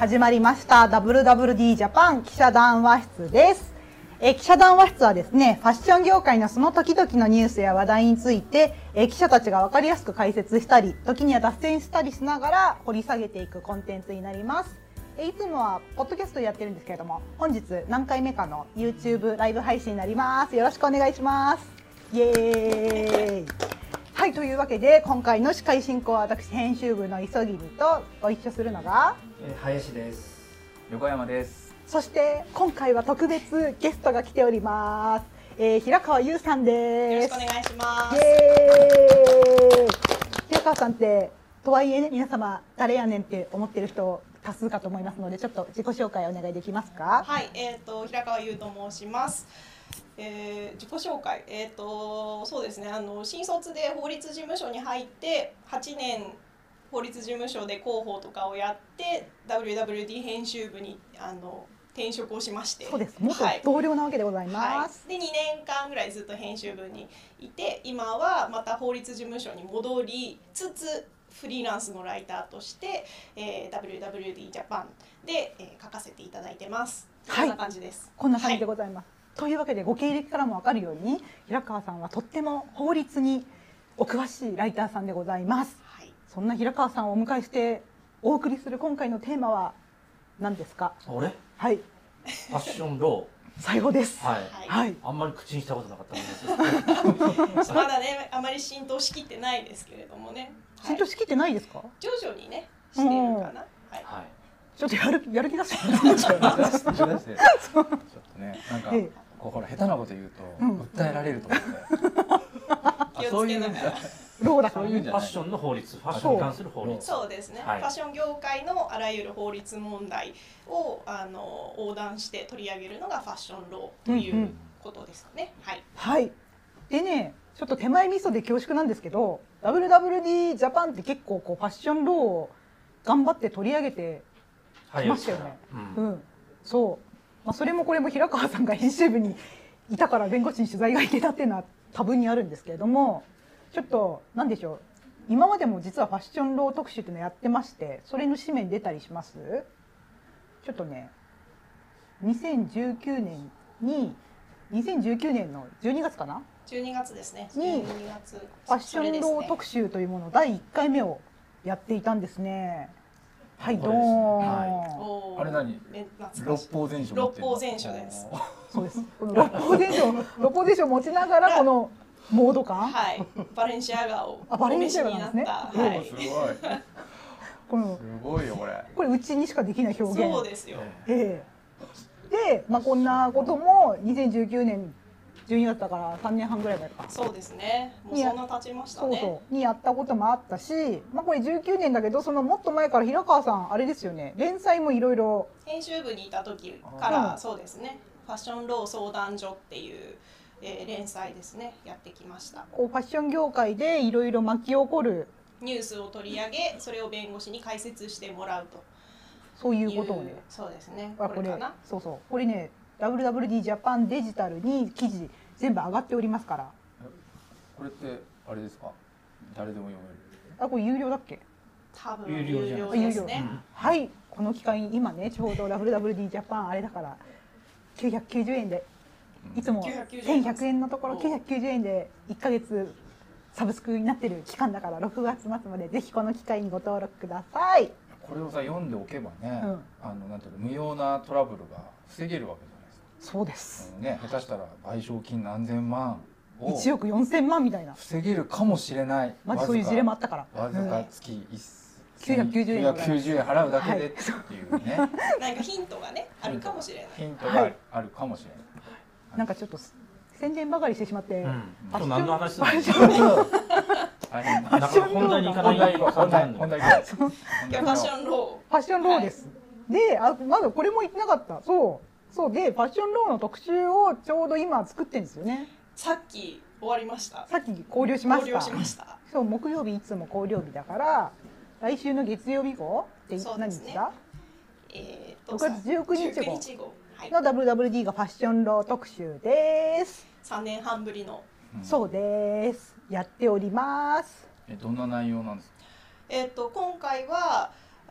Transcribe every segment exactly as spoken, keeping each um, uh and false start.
始まりました ダブリューダブリューディー ジャパン記者談話室です。え記者談話室はですね、ファッション業界のその時々のニュースや話題についてえ記者たちが分かりやすく解説したり、時には脱線したりしながら掘り下げていくコンテンツになります。えいつもはポッドキャストでやってるんですけれども、本日何回目かの YouTube ライブ配信になります。よろしくお願いします。イエーイ。はい、というわけで今回の司会進行は私編集部の磯桐とご一緒するのが、 えー、林です。横山です。 そして今回は特別ゲストが来ております。えー、平川優さんです。 よろしくお願いします。 イエーイ。平川さんってとはいえね、皆様誰やねんって思ってる人多数かと思いますので、ちょっと自己紹介お願いできますか。 はい、えっ、ー、と平川優と申します。えー、自己紹介、えっ、ー、とそうですね、あの新卒で法律事務所に入ってはちねん法律事務所で広報とかをやって ダブリューダブリューディー 編集部にあの転職をしまして、 そうです、元同僚なわけでございます。 はいはい、でにねんかんぐらいずっと編集部にいて、今はまた法律事務所に戻りつつフリーランスのライターとして、えー、ダブリューダブリューディー ジャパンで、えー、書かせていただいてます。 はい、 こんな感じです。 こんな感じでございます。はい、というわけでご経歴からも分かるように、平川さんはとっても法律にお詳しいライターさんでございます。はい、そんな平川さんをお迎えしてお送りする今回のテーマは何ですか。 あれ？ はい。 ファッションロー。 最後です。 はい。 はい。 あんまり口にしたことなかったんです。 まだね、あまり浸透しきってないですけれどもね。 浸透しきってないですか？はい、 徐々にね、してるかな。はい。 はい、 ちょっとやるやる気出して。 ちょっとね、なんか、ええ、こうほら下手なこと言うと、うん、訴えられると思って。 気をつけながら。 ローだから、 ファッションの法律、ファッションに関する法律。 そうですね、はい。ファッション業界のあらゆる法律問題をあの横断して取り上げるのがファッションローということですかね。うんうん、はい。 はい。でね、ちょっと手前味噌で恐縮なんですけど、ダブリューダブリューディー ジャパンって結構こうファッションローを頑張って取り上げてきましたよね。うん、うん、そう。まあそれもこれも平川さんが編集部にいたから弁護士に取材が行けたっていうのは多分にあるんですけれども、ちょっと何でしょう。今までも実はファッションロー特集っていうのやってまして、それの紙面出たりします？ちょっとね、にせんじゅうきゅうねんににせんじゅうきゅうねんのじゅうにがつかな？ じゅうにがつですね。 にファッションロー特集というものだいいっかいめをやっていたんですね。はい、どーん。 はい、あれ何？六法全書。 六法全書です。 そうです。この六法全書、六法全書を持ちながらこのモード感。 はい。バレンシアガをお召しになった。 はい。 すごい。 このすごいよこれ。 これうちにしかできない表現。 そうですよ。 ええ。で、まあこんなこともにせんじゅうきゅうねんじゅうにがつだからさんねんはんぐらい前か。 そうですね。もうそんな経ちましたね。 そうそうにやったこともあったし、まあこれじゅうきゅうねんだけど、そのもっと前から平川さんあれですよね。連載もいろいろ。 編集部にいた時から、うん、そうですね。ファッションロー相談所っていう、えー、連載ですね。やってきました。 こうファッション業界でいろいろ巻き起こるニュースを取り上げ、それを弁護士に解説してもらうと。 そういうことをね。 そうですね。 これかな。そうそう。これね、ダブリューダブリューディー ジャパンデジタルに記事全部上がっておりますから。 これってあれですか？誰でも読める？ あ、これ有料だっけ？ 多分有料ですね。 うん、はい、この機会に今ね、ちょうど ダブリューダブリューディー ジャパンあれだからきゅうひゃくきゅうじゅうえんで、いつもせんひゃくえんのところきゅうひゃくきゅうじゅうえんでいっかげつサブスクになってる期間だからろくがつまつまでぜひこの機会にご登録ください。 これをさ読んでおけばね、うん、あのなんていうの無用なトラブルが防げるわけじゃないですか。 そうです。 ね、下手したら賠償金何千万をいちおくよんせんまんみたいな防げるかもしれない。 まずそういう事例もあったから。 わずか月きゅうひゃくきゅうじゅうえん払うだけでっていうね。 なんかヒントがねあるかもしれない。 ヒントがあるかもしれない。 なんかちょっと宣伝ばかりしてしまって。 今日何の話するの？本題に行かない本題本題ファッションロー。ファッションローです。で、あまだこれも言ってなかった。そうそうでファッションローの特集をちょうど今作ってるんですよね。 さっき終わりました。 さっき考慮しました。 考慮しました。 そう木曜日いつも考慮日だから来週の月曜日号って何日だ？ えっとろくがつじゅうくにち号の ダブリューダブリューディー がファッションロー特集です。 さんねんはんぶりの。 そうです。やっております。 えどんな内容なんですか？ えっと今回は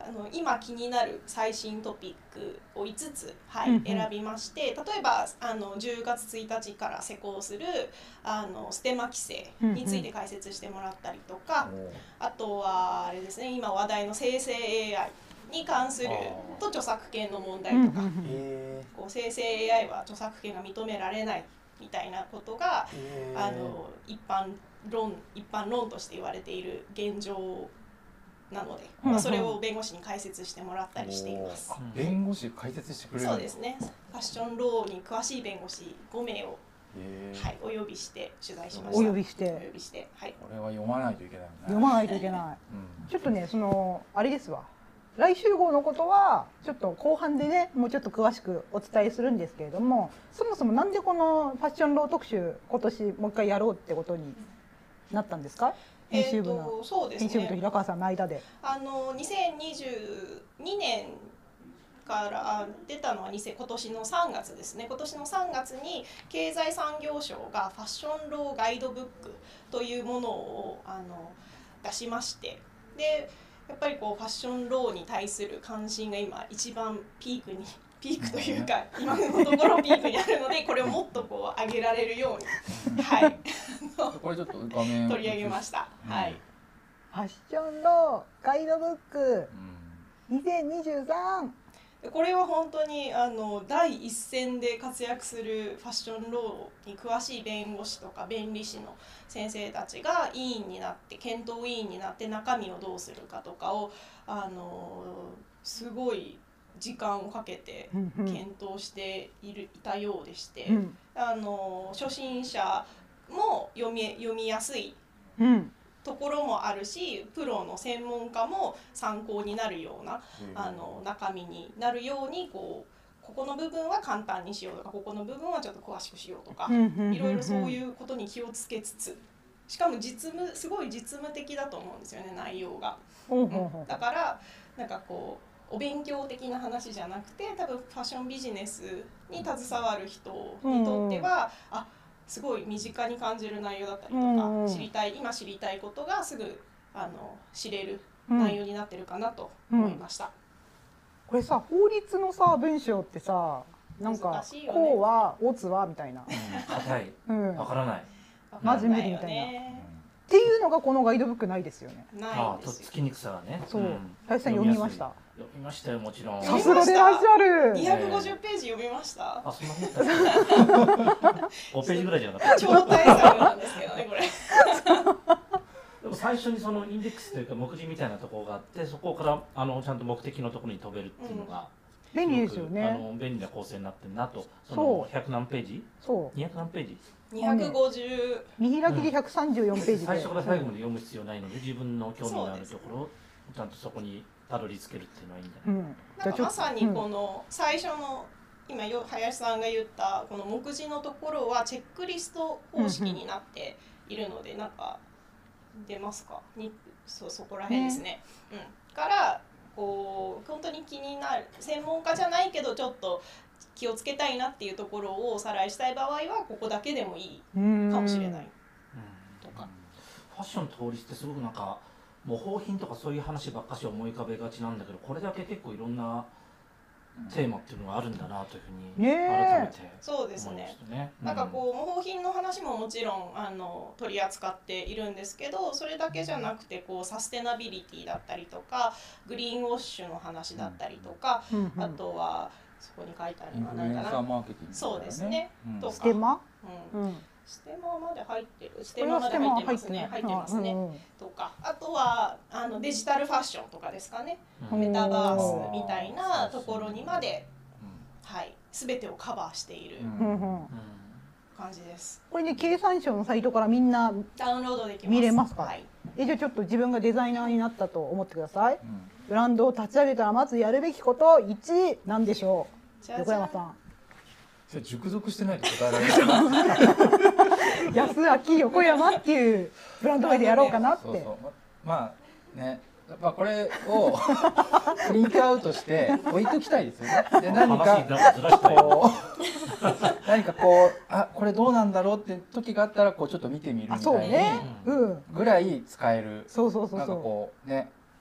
あの今気になる最新トピックをいつつ、はいうんうん選びまして、例えばあのじゅうがつついたちから施行するあのステマ規制について解説してもらったりとか、あとはあれですね、今話題の生成 エーアイに関すると著作権の問題とか、こう生成 エーアイ は著作権が認められないみたいなことがあの一般論一般論として言われている現状なので、まあ、それを弁護士に解説してもらったりしています。 弁護士解説してくれる。 そうですね。ファッションローに詳しい弁護士ごめいを、はい、お呼びして取材しました。 お呼びして、 お呼びして、はい。 これは読まないといけないよね。 読まないといけない。うん、ちょっとね、そのあれですわ。来週号のことはちょっと後半でね、もうちょっと詳しくお伝えするんですけれども、そもそもなんでこのファッションロー特集今年もう一回やろうってことになったんですか？編集部の、 えーそうですね、 編集部と平川さんの間で。 あのにせんにじゅうにねんから出たのは今年のさんがつですね。今年のさんがつに経済産業省がファッションローガイドブックというものをあの出しまして、でやっぱりこうファッションローに対する関心が今一番ピークにピークというか今のところピークにあるので、これをもっとこう上げられるように、はい、 これちょっと画面取り上げました。はい。 ファッションローガイドブックにせんにじゅうさん。 これは本当にあの第一線で活躍するファッションローに詳しい弁護士とか弁理士の先生たちが委員になって検討委員になって中身をどうするかとかをあのすごい時間をかけて検討しているいたようでして、うん、あの初心者も読み読みやすい、うんところもあるし、プロの専門家も参考になるような、うん、あの中身になるようにこうここの部分は簡単にしようとか、ここの部分はちょっと詳しくしようとか、いろいろそういうことに気をつけつつ、しかも実務すごい実務的だと思うんですよね、内容が。うん、だからなんかこうお勉強的な話じゃなくて、多分ファッションビジネスに携わる人にとっては、うん、あすごい身近に感じる内容だったりとか、うん、知りたい今知りたいことがすぐあの知れる内容になってるかなと思いました。うんうん、 これさ、法律のさ文章ってさ、なんか、ね、こうはオツはみたいな、 硬い、うん、わからない、 マジ無理みたいな。っていうのがこのガイドブックないですよね。 ないです。とっつきにくさがね。 そう。林さん読みました。 読みましたよ、もちろん。 さすがでいらっしゃる。 にひゃくごじゅうページ読みました。 あ、そんなもんだ。ごページぐらいじゃなかった。 超大作なんですけどね、これ。 でも最初にそのインデックスというか目次みたいなところがあって、そこからあのちゃんと目的のところに飛べるっていうのが。 便利ですよね。 あの便利な構成になってるなと。そのひゃく何ページ？ そう。 にひゃく何ページ？ にひゃくごじゅう。 見開きでひゃくさんじゅうよんページで。 最初から最後まで読む必要ないので、自分の興味のあるところをちゃんとそこにたどり着けるっていうのはいいんじゃない？ なんかまさにこの最初の今よ林さんが言ったこの目次のところはチェックリスト方式になっているので、なんか出ますか？にそうそこら辺ですね。うん。からこう本当に気になる専門家じゃないけどちょっと気をつけたいなっていうところをおさらいしたい場合はここだけでもいいかもしれないとか。 ファッションと法律ってすごくなんか模倣品とかそういう話ばっかし思い浮かべがちなんだけど、これだけ結構いろんなテーマっていうのがあるんだなというふうに改めてそうですね。なんかこう模倣品の話ももちろんあの取り扱っているんですけど、それだけじゃなくてこうサステナビリティだったりとかグリーンウォッシュの話だったりとか、あとはそこに書いてあるのは何かな。そうですね。とか。 ステマ？ うん。ステマまで入ってる。ステマまで入ってますね。入ってますね。とか、あとはあのデジタルファッションとかですかね。メタバースみたいなところにまで、はい、すべてをカバーしている感じです。 これね、経産省のサイトからみんなダウンロードできます。 見れますか？はい。え、じゃあちょっと自分がデザイナーになったと思ってください。ブランドを立ち上げたらまずやるべきこといちなんでしょう？横山さん。 それ熟読してないと答えられない。 安明横山っていうブランド名でやろうかなって。そうそう、 まあね、まあこれをプリントアウトして置いときたいですよね。で何かこう何かこうあこれどうなんだろうって時があったらこうちょっと見てみるみたいにぐらい使える。 そうそうそうそう。 なんかこうね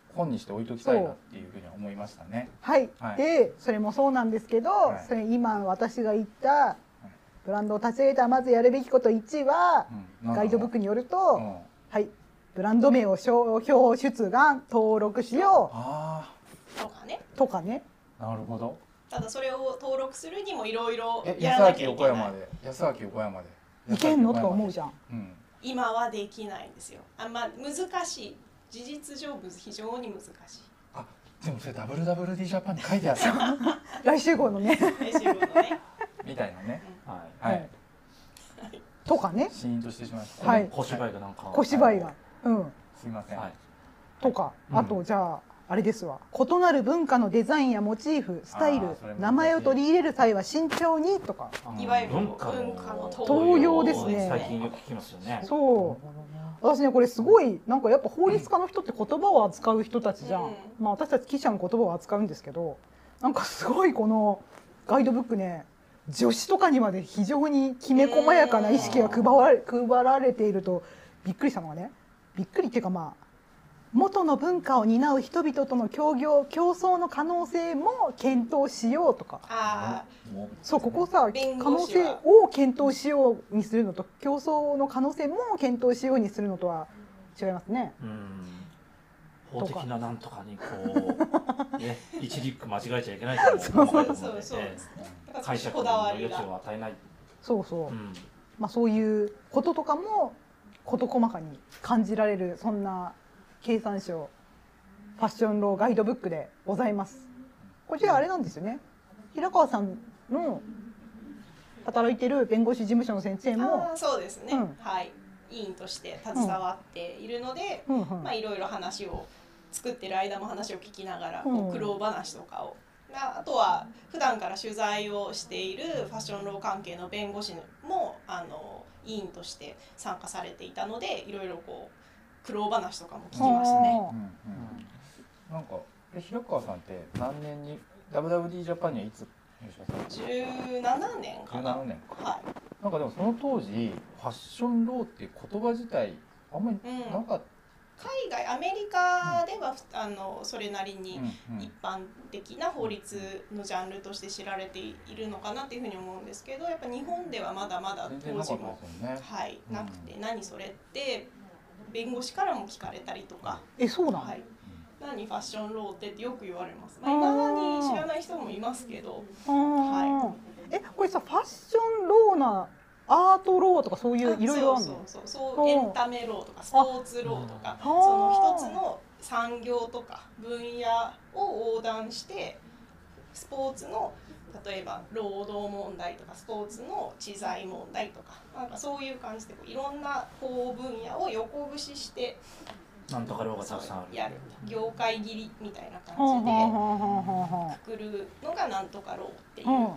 本にして置いときたいなっていうふうに思いましたね。 はい、 はい、 でそれもそうなんですけど、はい、それ今私が言ったブランドを立ち上げたらまずやるべきこといちは、うん、ガイドブックによると、うん、はい、ブランド名を商標出願登録しようあとかねとかね。 なるほど。 ただそれを登録するにもいろいろやらなきゃいけない。安明横山で安明横山でいけんのとか思うじゃん、 うん、今はできないんですよ。あんま難しい、事実上非常に難しい。 あ、でもそれ ダブリューダブリューディー ジャパンに書いてある来週号のね来週号のねみたいなね、 うん、 はい、はい、 とかね、 シーンとしてしまいました、 はい、 小芝居がなんか小芝居が、うん、 すいません、はい、 とか、あとじゃああれですわ、異なる文化のデザインやモチーフ、スタイル、名前を取り入れる際は慎重にとか、 いわゆる文化の東洋ですね。 最近よく聞きますよね。 そう。私ねこれすごいなんかやっぱ法律家の人って言葉を扱う人たちじゃん。うん、まあ私たち記者の言葉を扱うんですけど、なんかすごいこのガイドブックね、助詞とかにまで非常にきめ細やかな意識が配られ、配られているとびっくりしたのがね、びっくりっていうかまあ。元の文化を担う人々との協業競争の可能性も検討しようとか、 あそうここさ可能性を検討しようにするのと競争の可能性も検討しようにするのとは違いますね。 うん、法的ななんとかにこうね一リック間違えちゃいけないと思うので、解釈の余地を与えない。 そうそう、うん、まあそういうこととかも事細かに感じられる、そんな経産省ファッションローガイドブックでございます。こちらあれなんですよね、平川さんの働いてる弁護士事務所の先生もそうですね、うん、はい、委員として携わっているので、うんうん、まあいろいろ話を作ってる間も話を聞きながら、うん、苦労話とかを、あとは普段から取材をしているファッションロー関係の弁護士もあの委員として参加されていたので、いろいろこう苦労話とかも聞きましたね。うんうん、 なんかえ平川さんって何年に ダブリューダブリューディー ジャパンにはいつ入社されたんですか？ じゅうななねんかな。 じゅうななねんか。 はい。 なんかでもその当時ファッションローっていう言葉自体あんまりなかった。うん、 海外アメリカでは、うん、あのそれなりに一般的な法律のジャンルとして知られているのかなっていうふうに思うんですけど、やっぱ日本ではまだまだ当時も、 ね、 はい、なくて、うん、何それって弁護士からも聞かれたりとか、 え、そうなの？ はい、何ファッションローってってよく言われます。まあ、未だに知らない人もいますけど、 はい、え、これさファッションローなアートローとかそういういろいろあるの？ そうそうそう、そうエンタメローとかスポーツローとか、その一つの産業とか分野を横断してスポーツの例えば労働問題とかスポーツの知財問題とか、なんかそういう感じでいろんな法分野を横串してなんとかローがたくさんあるやる業界切りみたいな感じでくくるのがなんとかローっていう、はい、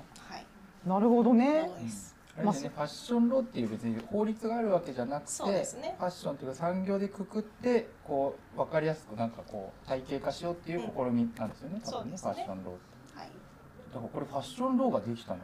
なるほどね。 あれですね、ファッションローっていう別に法律があるわけじゃなくて、 そうですね、 ファッションというか産業でくくってこう分かりやすくなんかこう体系化しようっていう試みなんですよね、うん、多分ね、ファッションローって。だからこれファッションローができたのって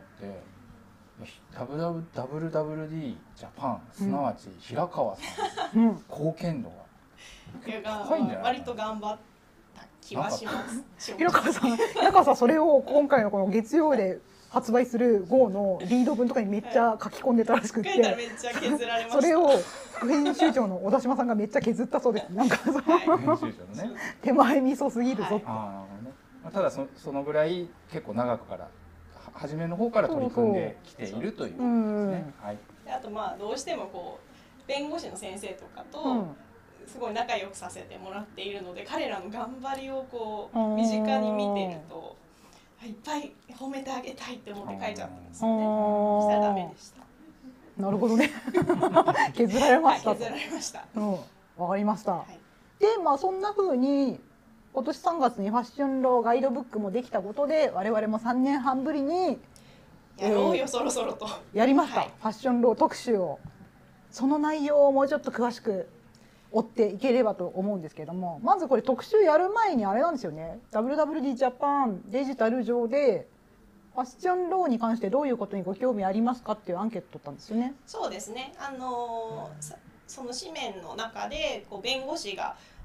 ダブリューダブリューディー ジャパン、すなわち平川さん、うん、貢献度が高いんじゃない？割と頑張った気はします。 平川さん、平川さんそれを今回のこの月曜で発売する号のリード文とかにめっちゃ書き込んでたらしくて、それを副編集長の小田島さんがめっちゃ削ったそうです。なんかその、はい、 編集長のね、 手前味噌すぎるぞって。はい、 ああ、ただ そ, そのぐらい結構長くから初めの方から取り組んできているということですね。はい、 あとまあどうしてもこう弁護士の先生とかとすごい仲良くさせてもらっているので、彼らの頑張りをこう身近に見てるといっぱい褒めてあげたいって思って書いちゃったんですよね。したらダメでした。 なるほどね。削られました。 はい、削られました。 うん、わかりました。はい、でまあそんな風に今年さんがつにファッションローガイドブックもできたことで、我々もさんねんはんぶりにやろうよ、えー、そろそろとやりました、 はい、 ファッションロー特集を。その内容をもうちょっと詳しく追っていければと思うんですけども、まずこれ特集やる前にあれなんですよね、 ダブリューダブリューディー ジャパンデジタル上でファッションローに関してどういうことにご興味ありますかっていうアンケート取ったんですよね。 そうですね、あのー、その紙面の中でこう弁護士が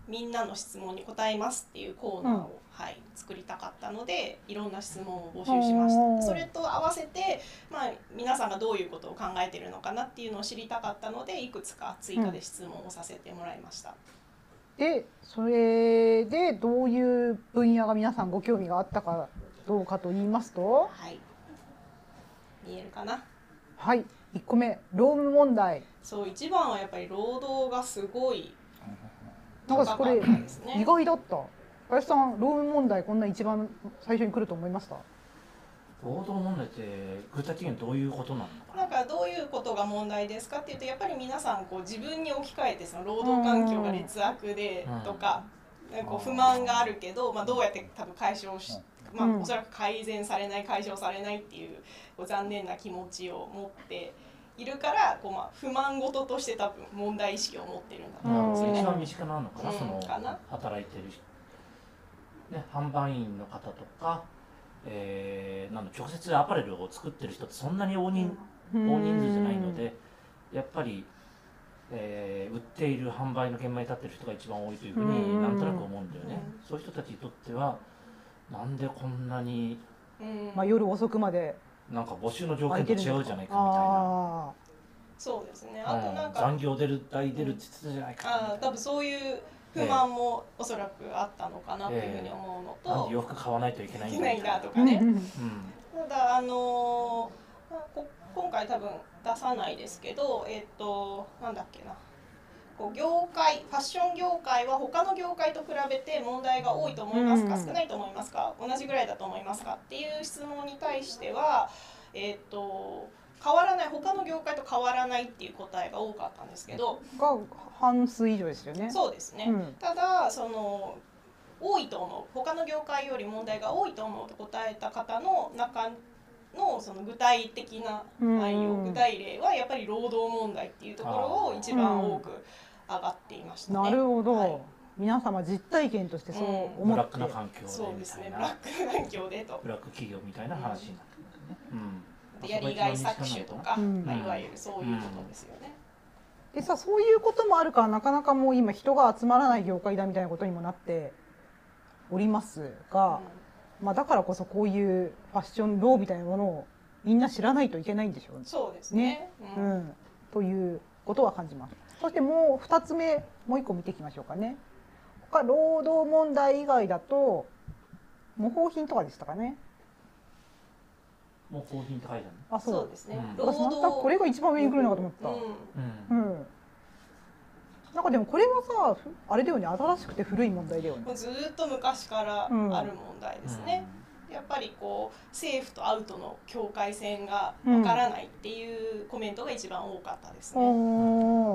みんなの質問に答えますっていうコーナーを、うん、はい、作りたかったのでいろんな質問を募集しました。それと合わせて、まあ、皆さんがどういうことを考えているのかなっていうのを知りたかったのでいくつか追加で質問をさせてもらいました。 うん、でそれでどういう分野が皆さんご興味があったかどうかと言いますと、 はい、見えるかな。 はい、いっこめ労務問題。 そう、一番はやっぱり労働がすごいなんかこれ意外だった。林さん、労務問題こんな一番最初に来ると思いました？ 労働問題って具体的にどういうことなのかな。 なんかどういうことが問題ですかっていうと、やっぱり皆さんこう自分に置き換えてその労働環境が劣悪でとか、うん、こう不満があるけど、まあ、どうやって多分解消し、まあ、おそらく改善されない解消されないっていう、こう残念な気持ちを持っているから、こうまあ不満事として多分問題意識を持ってるんだと思うんですよね。 一番身近なのかな、 うん、 その働いてる、ね、販売員の方とか、えー、なん直接アパレルを作ってる人ってそんなに大人、うん、大人数じゃないので、やっぱり、えー、売っている販売の現場に立ってる人が一番多いというふうになんとなく思うんだよね。うん、そういう人たちにとってはなんでこんなに、 うん、まあ夜遅くまでなんか募集の条件と違うじゃないかみたいな。 そうですね。あとなんか、 うん、残業出る代出るって言ってたじゃないかみたいな。 あ、多分そういう不満もおそらくあったのかなというふうに思うのと、えー、 なんで洋服買わないといけないんだ, ないんだとかね。うん、ただあのー、今回多分出さないですけど、えっとなんだっけな。こう業界、ファッション業界は他の業界と比べて問題が多いと思いますか、うん、少ないと思いますか、同じぐらいだと思いますかっていう質問に対しては、えっと変わらない、他の業界と変わらないっていう答えが多かったんですけど、 が半数以上ですよね。 そうですね。うん、ただその多いと思う、他の業界より問題が多いと思うと答えた方の中のその具体的な内容、うん、具体例はやっぱり労働問題っていうところを一番多く上がっていましたね。 なるほど。はい、皆様実体験としてそう思って、うん、 ブラックな環境でみたいな。 そうですね。ブラックな環境でと。 ブラック企業みたいな話になってくるね。 うん。やりがい搾取とか、うん、まあ、いわゆるそういうことですよね。 でさ、そういうこともあるからなかなかもう今人が集まらない業界だみたいなことにもなっておりますが、うん、まあだからこそこういうファッションローみたいなものをみんな知らないといけないんでしょうね。 そうですね。 うん、うん、ということは感じます。そしてもうふたつめ、もういっこ見ていきましょうかね。他労働問題以外だと模倣品とかでしたかね。 模倣品って書いてある。 あ、そうですね。 うん、私またこれが一番上に来るのかと思った。うん。うんうん、なんかでもこれはさ、あれだよね、新しくて古い問題だよね。 ずっと昔からある問題ですね。うん、やっぱりこう政府とアウトの境界線がわからないっていうコメントが一番多かったですね。うん、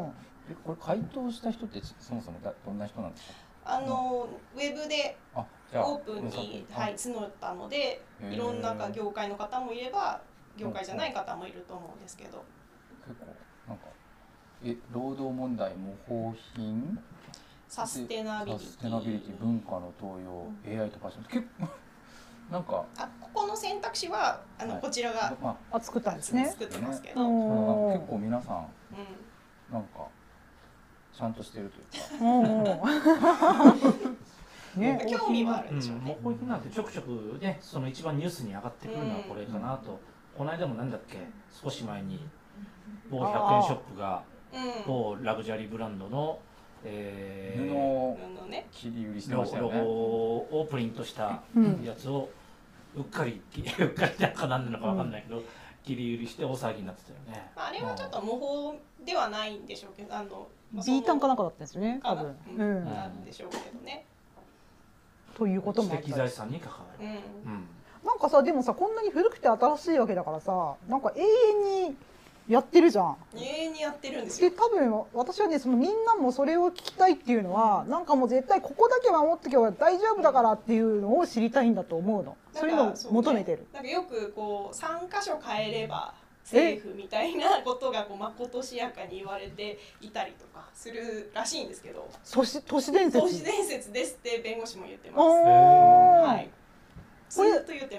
え、これ回答した人ってそもそもどんな人なんですか？ あのウェブでオープンに、はい、募ったので、いろんな業界の方もいれば業界じゃない方もいると思うんですけど、 結構なんかえ労働問題、模倣品、 サステナビリティ、 サステナビリティ、文化の登用、うん、エーアイ とファッション、結構なんかあ、ここの選択肢はあの、はい、こちらが、 まあ、作ったんですね。 作ってますけど、 ね、結構皆さん、うん、なんかちゃんとしてるというか。 ね、興味はあるでしょうね。 模倣品なんてちょくちょくね、その一番ニュースに上がってくるのはこれかなと。うん、この間もなんだっけ、少し前に某ひゃくえんショップが某ラグジュアリーブランドの、えー、布を切り売りしてましたよね。 ロゴをプリントしたやつをうっかりうっかりなんか何なのかわかんないけど、うん、切り売りして大騒ぎになってたよね。 あれはちょっと模倣ではないんでしょうけど、あのビータンかなんかだったんですよね、多分。 うん、なんでしょうけどね。 ということもあった。知的財産に関わる。うんうん、 なんかさ、でもさ、こんなに古くて新しいわけだからさ、なんか永遠にやってるじゃん。 永遠にやってるんですよ。 で、多分私はね、そのみんなもそれを聞きたいっていうのは、なんかもう絶対ここだけ守っておけば大丈夫だからっていうのを知りたいんだと思うの。そういうのを求めてる。 なんかよくこうさんかしょ変えればセーフみたいなことがこうまことしやかに言われていたりとかするらしいんですけど、 都市都市伝説。 都市伝説ですって弁護士も言ってます。はい。ずっと言ってます。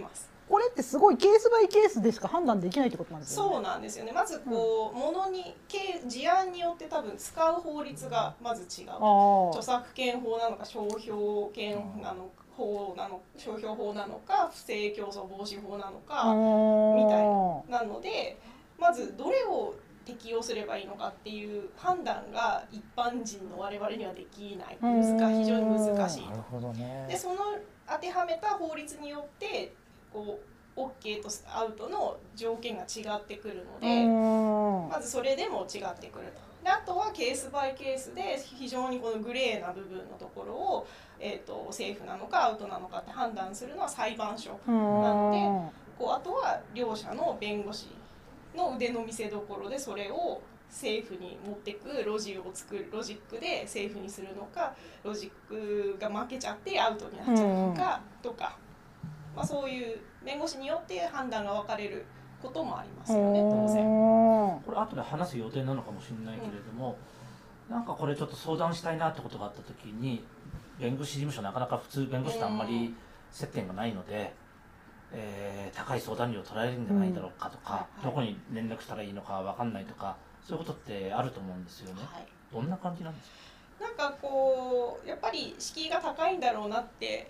これってすごいケースバイケースでしか判断できないってことなんですよね。 そうなんですよね。まずこう、ものに事案によって多分使う法律がまず違う。著作権法なのか商標権なのか法なの商標法なのか不正競争防止法なのかみたいななので、まずどれを適用すればいいのかっていう判断が一般人の我々にはできない、難非常に難しい。 なるほどね。 でその当てはめた法律によってこう OK とアウトの条件が違ってくるので、まずそれでも違ってくると。であとはケースバイケースで非常にこのグレーな部分のところを、えーと、セーフなのかアウトなのかって判断するのは裁判所なので、こうあとは両者の弁護士の腕の見せ所でそれをセーフに持っていくロジを作るロジックでセーフにするのか、ロジックが負けちゃってアウトになっちゃうのかとか、まあ、そういう弁護士によって判断が分かれることもありますよね、当然。 これ後で話す予定なのかもしれないけれども、うん、なんかこれちょっと相談したいなってことがあった時に、弁護士事務所なかなか普通弁護士とあんまり接点がないので、えー、高い相談料を取られるんじゃないだろうかとか、うんはいはい、どこに連絡したらいいのか分かんないとか、そういうことってあると思うんですよね、はい、どんな感じなんですか？ なんかこうやっぱり敷居が高いんだろうなって。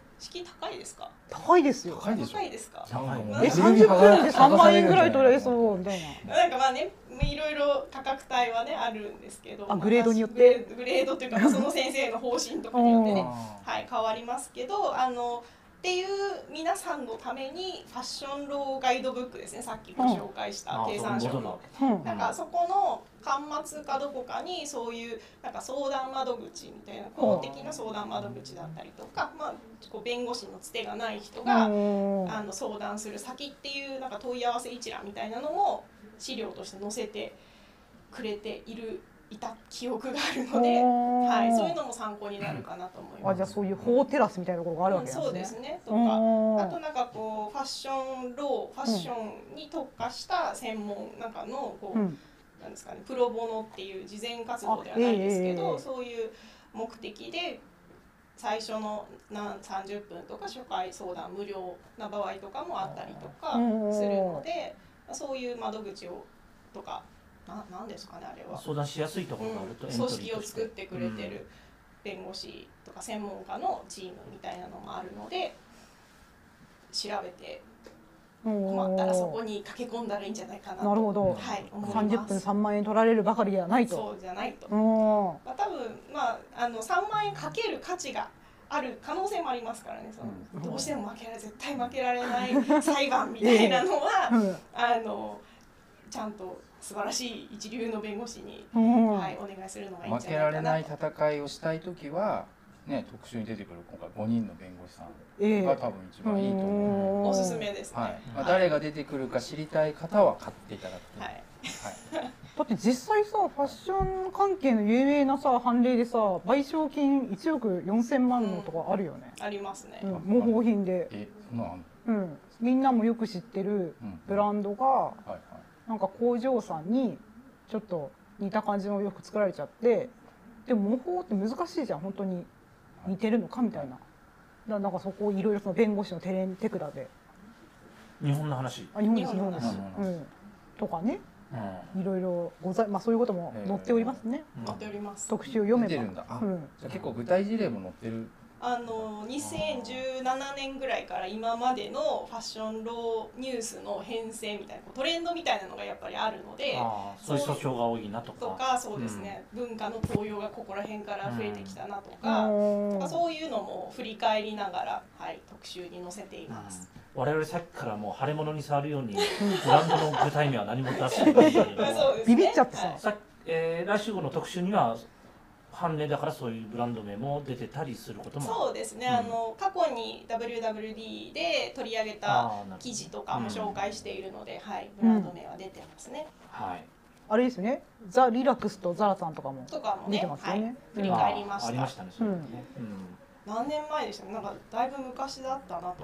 敷居高いですか？ 高いですよ。 高いですか？ え、三十分で三万円ぐらい取られそうみたいな。なんかまあね、いろいろ価格帯はねあるんですけど、 あ、グレードによってグレードというかその先生の方針とかによってね、はい、変わりますけど、あのっていう皆さんのためにファッションローガイドブックですね、さっきご紹介した経産省の、なんかそこの端末かどこかにそういうなんか相談窓口みたいな公的な相談窓口だったりとか、まあ、こう弁護士のつてがない人があの相談する先っていうなんか問い合わせ一覧みたいなのも資料として載せてくれているいた記憶があるので、はい、そういうのも参考になるかなと思います。 あ、じゃあそういう法テラスみたいなところがあるわけですね。 そうですね。とか、あとなんかこうファッションロー、ファッションに特化した専門なんかのこう、うん、なんですかね、プロボノっていう慈善活動ではないですけど、えー、そういう目的で最初のさんじゅっぷんとか初回相談無料な場合とかもあったりとかするので、そういう窓口をとか。ななんですかね、あれは相談しやすいところがあると、 うん、組織を作ってくれてる弁護士とか専門家のチームみたいなのもあるので、調べて困ったらそこに駆け込んだらいいんじゃないかなと。 なるほど、 はい、思います。 さんじゅっぷんさんまんえん取られるばかりではないと。 そうじゃないと、まあ、多分、まあ、あのさんまんえんかける価値がある可能性もありますからね。その、うん、どうしても負けられ絶対負けられない裁判みたいなのは、うん、あのちゃんと素晴らしい一流の弁護士に、うん、はい、お願いするのがいいんじゃないかなと。 負けられない戦いをしたいときは、ね、特集に出てくる今回ごにんの弁護士さんが多分一番いいと思うので、 おすすめですね。 はい、まあ、誰が出てくるか知りたい方は買っていただくと。はいはい、だって実際さ、ファッション関係の有名なさ判例でさ、賠償金いちおくよんせんまんのとかあるよね。 うん、ありますね。 うん、模倣品で。 え、そんなのあんの？ うん、みんなもよく知ってるブランドが、はいはい、なんか工場さんにちょっと似た感じの洋服作られちゃって、でも模倣って難しいじゃん、本当に似てるのかみたいな。だからなんかそこをいろいろその弁護士の手練手管で。 日本の話。 あ、日本です日本です。うん、とかね、いろいろござい、まあそういうことも載っておりますね。 載っております。 特集を読めば。 出てるんだ。あ、うん、じゃあ結構具体事例も載ってる。 あのにせんじゅうななねんぐらいから今までのファッションローニュースの変遷みたいなトレンドみたいなのがやっぱりあるので、 あ、そういう訴訟が多いなとか、 とかそうですね、うん、文化の盗用がここら辺から増えてきたなとか、うん、とかそういうのも振り返りながら、はい、特集に載せています。 うん、我々さっきからもう腫れ物に触るようにブランドの具体名は何も出してないんだけどビビっちゃってさ、 さ、えー、来週号の特集には判例だからそういうブランド名も出てたりすることも。 そうですね、うん、あの過去に ダブリューダブリューディー で取り上げた記事とかも紹介しているので、うん、はい、ブランド名は出てますね。 うん、はい。 あれですね、ザ・リラクスとザラさんとかも出てますよね。 振り返りました。 ありましたね、そういうのね。 うん、何年前でしたね、なんかだいぶ昔だったなと思って。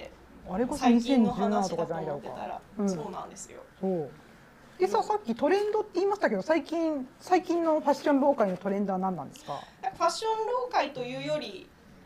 あれこそにせんじゅうななとかじゃないだろうか。 うん、そうなんですよ。 そう。でさ、さっきトレンドって言いましたけど、最近最近のファッションロー界のトレンドは何なんですか？ ファッションロー界というより、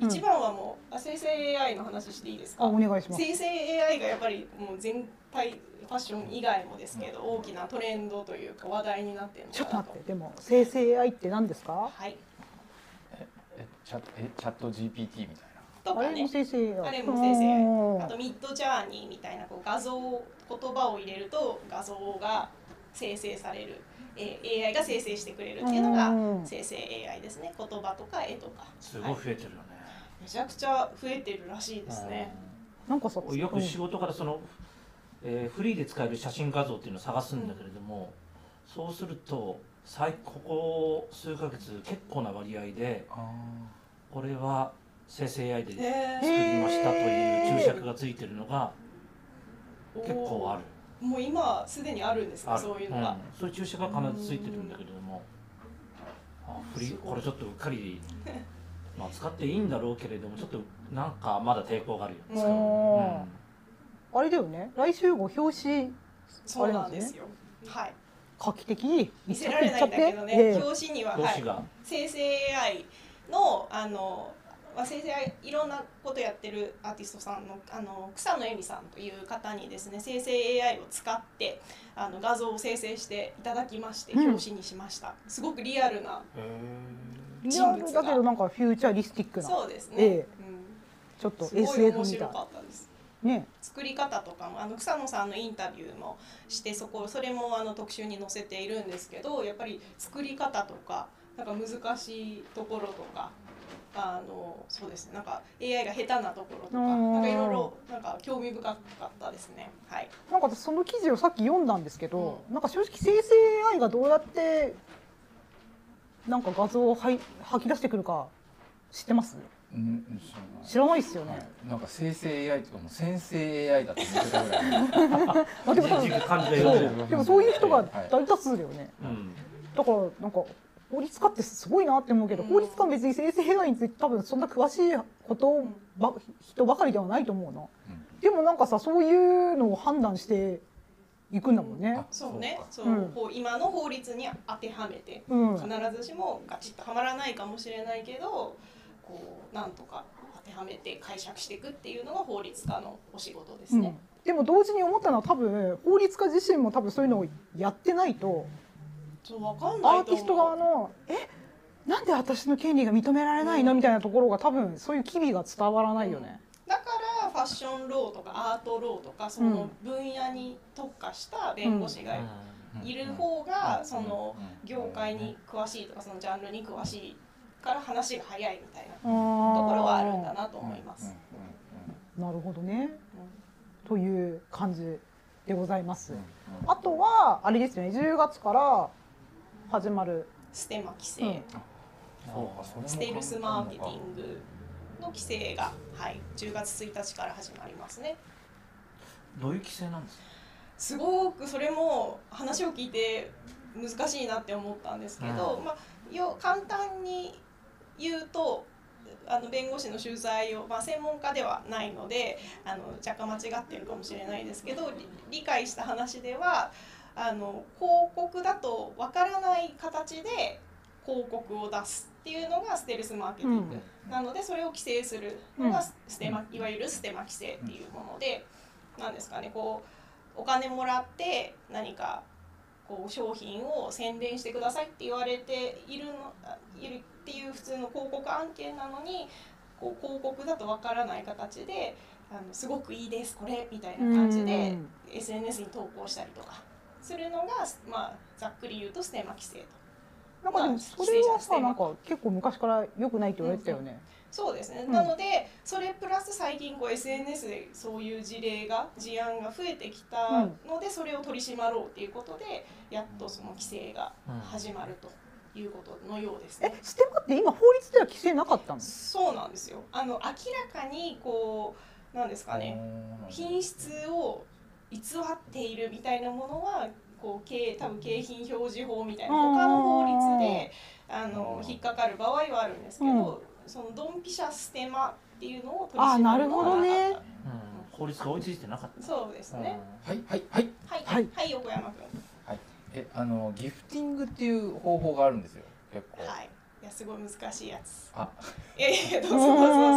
うん一番はもうあ生成 エーアイ の話していいですか。 あ、お願いします。 生成 エーアイ がやっぱりもう全体ファッション以外もですけど大きなトレンドというか話題になっているのちょっかなと。 と待って、でも生成 エーアイ って何ですか？ はい。 ええチャえチャット ジーピーティー みたいな。 とかねあれも。生成 エーアイ。 あれも生成 エーアイ。ああとミッドジャーニーみたいなこう画像言葉を入れると画像が生成される、えー、エーアイ が生成してくれるっていうのがうん生成 エーアイ ですね。言葉とか絵とか。 すごい増えてるよね。 めちゃくちゃ増えてるらしいですね。 なんかさ、 よく仕事からその、えーフリーで使える写真画像っていうのを探すんだけれども、そうすると最ここ数ヶ月結構な割合であこれは生成 エーアイ で作へりましたという注釈がついてるのがー結構ある。 もう今すでにあるんですか、 あるそういうのが。 んそういう注釈が必ずついてるんだけれども、あフリーこれちょっとうっかりまあ使っていいんだろうけれどもちょっとなんかまだ抵抗があるよね。 うんあーあれだよね。来週号表紙そうなんですよ。はい。 画期的見せられないんだけどね、 ええ表紙には、はい、 表紙が、 生成 エーアイ のあの、まあ、生成 エーアイ いろんなことやってるアーティストさんのあの草野恵美さんという方にですね生成 エーアイ を使ってあの画像を生成していただきましてうん表紙にしました。すごくリアルな。 リアルだけどなんかフューチャリスティックな、 そうですね。 ええうんちょっとすごいエスエフ面みたい白かったです。 ね。 作り方とかもあの草野さんのインタビューもしてそこそれもあの特集に載せているんですけどやっぱり作り方とかなんか難しいところとかあのそうですねなんか エーアイ が下手なところとかうんなんかいろいろなんか興味深かったですね。はい。 なんか私その記事をさっき読んだんですけど、なんか正直生成 エーアイ がどうやってなんか画像をはい吐き出してくるか知ってます？ うん知らないっすよね。 はいなんか生成 エーアイ とかも先生 エーアイ だと思ってたぐらいまあでも多分じじく感じがそ読める。 うでもそういう人が大多数だよね。 うんだからなんか法律家ってすごいなって思うけど、 うん法律家は別に生成 エーアイ について多分そんな詳しいことば人ばかりではないと思うな。でもなんかさそういうのを判断していくんだもんね。 あそうね。そう、 うんこう今の法律に当てはめてうん。 必ずしもガチッとはまらないかもしれないけどこうなんとか当てはめて解釈していくっていうのが法律家のお仕事ですね。 うん、でも同時に思ったのは多分法律家自身も多分そういうのをやってないとそうわかんないと思う。 アーティスト側の「えなんで私の権利が認められないの?」みたいなところが多分そういう機微が伝わらないよね。 だからファッションローとかアートローとかその分野に特化した弁護士がいる方がその業界に詳しいとかそのジャンルに詳しいから話が早いみたいなとところはあるんだなと思います。 なるほどね。 うんという感じでございます。あとはあれですよねじゅうがつから始まるステマ規制、 うんそうかそれもステルスマーケティングの規制が、はい、じゅうがつついたちから始まりますね。 どういう規制なんですか。 すごくそれも話を聞いて難しいなって思ったんですけど、 うんまあ、よ簡単に言うとあの弁護士の取材を、まあ、専門家ではないのであの若干間違ってるかもしれないですけど理理解した話ではあの広告だとわからない形で広告を出すっていうのがステルスマーケティング、 うんなのでそれを規制するのがステマ、いわゆるステマ規制っていうもので、なんですかねこうお金もらって何かこう商品を宣伝してくださいって言われているのいるっていう普通の広告案件なのにこう広告だとわからない形であのすごくいいですこれみたいな感じで エスエヌエス に投稿したりとかするのが、まあ、ざっくり言うとステマ規制と。 なんかでもそれはさなんか結構昔から良くないって言われてたよね。 そうですね、 うんなのでそれプラス最近こう エスエヌエス でそういう事例が事案が増えてきたので、それを取り締まろうということでやっとその規制が始まるということのようですね。 えステマって今法律では規制なかったの？ そうなんですよ。あの明らかにこうなんですかね品質を偽っているみたいなものはこう景多分景品表示法みたいな他の法律であの引っかかる場合はあるんですけど、 うんそのドンピシャステマっていうのを取りあ締まるのなるほどがなかった。 ね。 うん、法律が追いついてなかった。 そうですね。 はいはいはいはいはいはい横山君。 えあのギフティングっていう方法があるんですよ結構はい。いやすごい難しいやつ。 あいやいやどうぞどうぞどうぞ。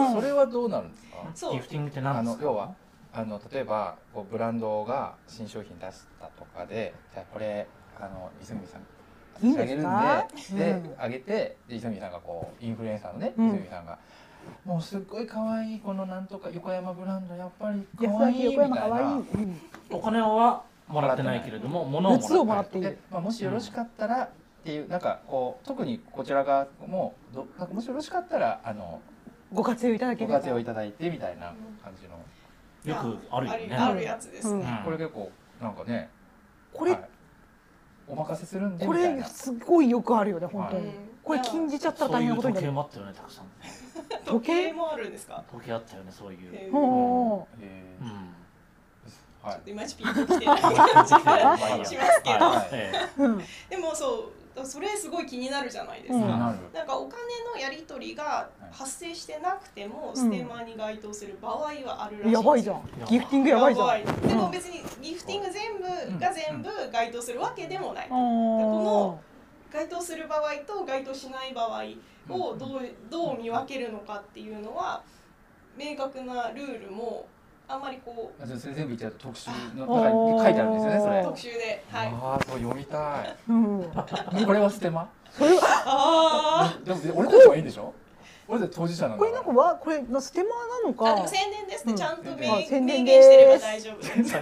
はどうなるんですか？ そうギフティングって何あですか？ の要はあの例えばこうブランドが新商品出したとかで、じゃあこれあの磯海さんいいんですか差し上げるんで、でうんあげて、で磯海さんがこうインフルエンサーのね、 うん磯海さんがもうすっごい可愛いこのなんとか横山ブランドやっぱり可安愛いみたい崎横山可愛い、 な。 うん、 お金はもらってないけれども、物を物をももらってる。 らっているで、まあ、もしよろしかったらっていうなんかこう特にこちら側もどなんかもしよろしかったらあのご活用いただけごれば活用いただいてみたいな感じの、 よくあるよね。 あるやつですね。 これ結構なんかね、 これ、 はい、お任せするんでこれみたいな。 すごいよくあるよね本当に、 うんこれ禁じちゃったらそういう大変なことになる時計もあったよね、たくさん。 時計もあるんですか？ 時計あったよね、そういう。 へーほうえうん。 ーはい。 いまいちピンときてない感じがしますけど、 はいええうんでもそうそれすごい気になるじゃないですうんか。 なる。 なんかお金のやり取りが発生してなくてもステマに該当する場合はあるらしいです。 やばいじゃんギフティングやばいじゃんやばいでも別にギフティング全部が全部該当するわけでもない。 この該当する場合と該当しない場合をどうどう見分けるのかっていうのは明確なルールもあんまりこうあ、じゃあそれ全部言っちゃうと特集の中に書いてあるんですよね、それ。 特集で、はい。 ああ、そう読みたい。 うんこれはステマ？ それはあでも俺たちはいいんでしょ？俺たち当事者なんだこれから。 なんかはこれステマなのあ、あでかも宣伝ですね。ちゃんと明あ明宣伝言してれば大丈夫です。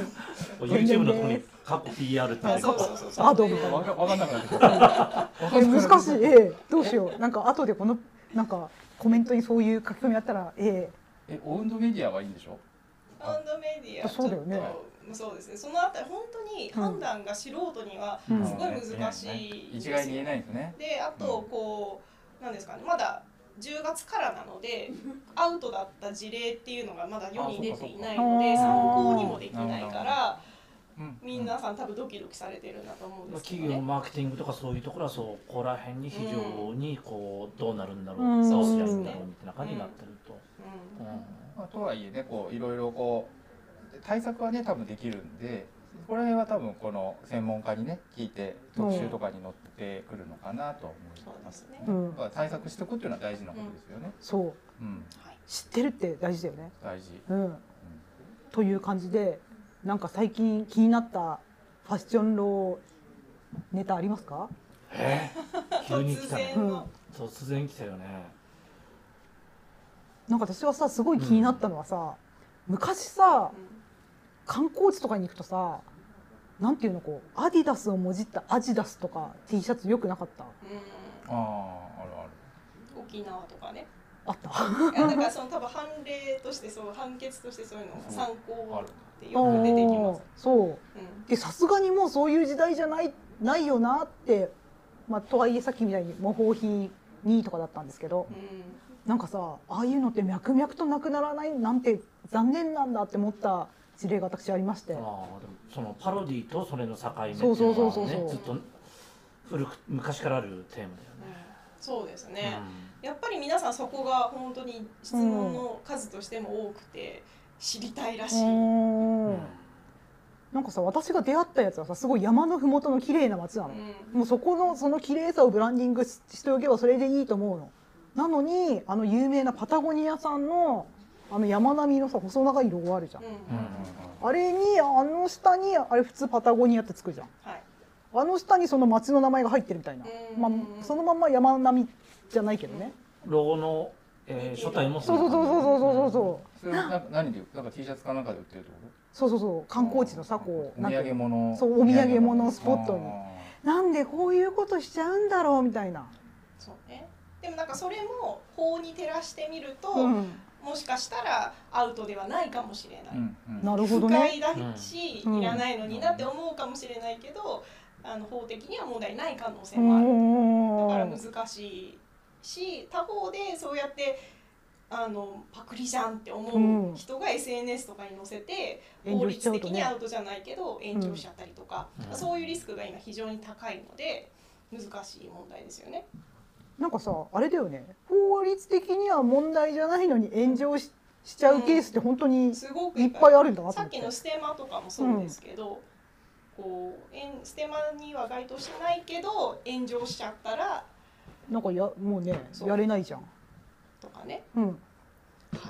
YouTube のところに過去 ピーアール ってあ、 書いてある。 そうそうそうそう。 アドみたいなわかわかんなくなってきた。わかえんなくなってきた難しい、ええどうしようなんか後でこのなんかコメントにそういう書き込みあったらええ、オウンドメディアはいいんでしょ？ アンドメディアそうだよねちょっとそうですね。そのあたり本当に判断が素人にはうんすごい難しいんですよ。 一概に言えないんですね。 で、あとこうなんですかね。まだじゅうがつからなのでアウトだった事例っていうのがまだ世に出ていないのであ参そうか考にもできないからうん皆さん多分ドキドキされてるんだと思うんですけど企業のね。 マーケティングとかそういうところはそこら辺に非常にこうどうなるんだろう、 うんどうすりゃいいんだろうみたいな感じになってると。 うんうんまあ、とはいえね、こういろいろこう対策はね多分できるんで、これは多分この専門家にね聞いて特集とかに載ってくるのかなと思いそうまですすね。 うんまあ対策しておくっていうのは大事なことですよね。 そううん、 知ってるって大事だよね大事。 うんという感じでなんか最近気になったファッションローネタありますか？ えー急に来突たね然の突然来たよね。 なんか私はさすごい気になったのはさ、昔さ観光地とかに行くとさなんていうのこうアディダスをもじったアジダスとか T シャツよくなかった？ うああ、あるある。 ん沖縄とかね。 あったいやだからその多分判例としてそう判決としてそういうのが参考ある。 ってよく出てきます。 そううんでさすがにもうそういう時代じゃないないよなってまあとはいえさっきみたいに模倣品にとかだったんですけどうなんかさああいうのって脈々となくならないなんて残念なんだって思った事例が私ありましてああでもそのパロディとそれの境目っていそうそううのはそうそうねずっと古く昔からあるテーマだよね。 んそうですね。 うやっぱり皆さんそこが本当に質問の数としても多くて知りたいらしい。 うーんんなんかさ私が出会ったやつはさすごい山のふもとの綺麗な街なの、 うんもうそこのその綺麗さをブランディングししておけばそれでいいと思うのなのにあの有名なパタゴニアさんのあの山並みのさ細長いロゴあるじゃん、 うんんあれにあの下にあれ普通パタゴニアってつくじゃんはい。 あの下にその町の名前が入ってるみたいな、 うんまあ、そのまんま山並みじゃないけどね、 ロゴの、えー、書体もそうそうそうそうそうそうそうそれなんか何でなんか T シャツかなんかで売ってるってこそうそうそう観光地のさこうと？お土なんていうの産物。 そうお土産物スポットにあなんでこういうことしちゃうんだろうみたいな、 そうね。でもなんかそれも法に照らしてみると、 うん、 もしかしたらアウトではないかもしれない。 ーうんうん。 なるほど不快ねだし、 うんいらないのになって思うかもしれないけど、あの法的には問題ない可能性うもある。 んだから難しいし、他方でそうやってあのパクリじゃんって思う人が エスエヌエス とかに載せて、 炎法律上しちゃうとね的にアウトじゃないけど炎上しちゃったりとか、 うんそういうリスクが今非常に高いので難しい問題ですよね。 なんかさあれだよね法律的には問題じゃないのに炎上ししちゃうケースって本当にすごくいっぱいあるんだなとさっ思ってきのステマとかもそうですけど、こうえんステマには該当してないけど炎上しちゃったらなんかやもうねそうやれないじゃん、 とかね、 うん、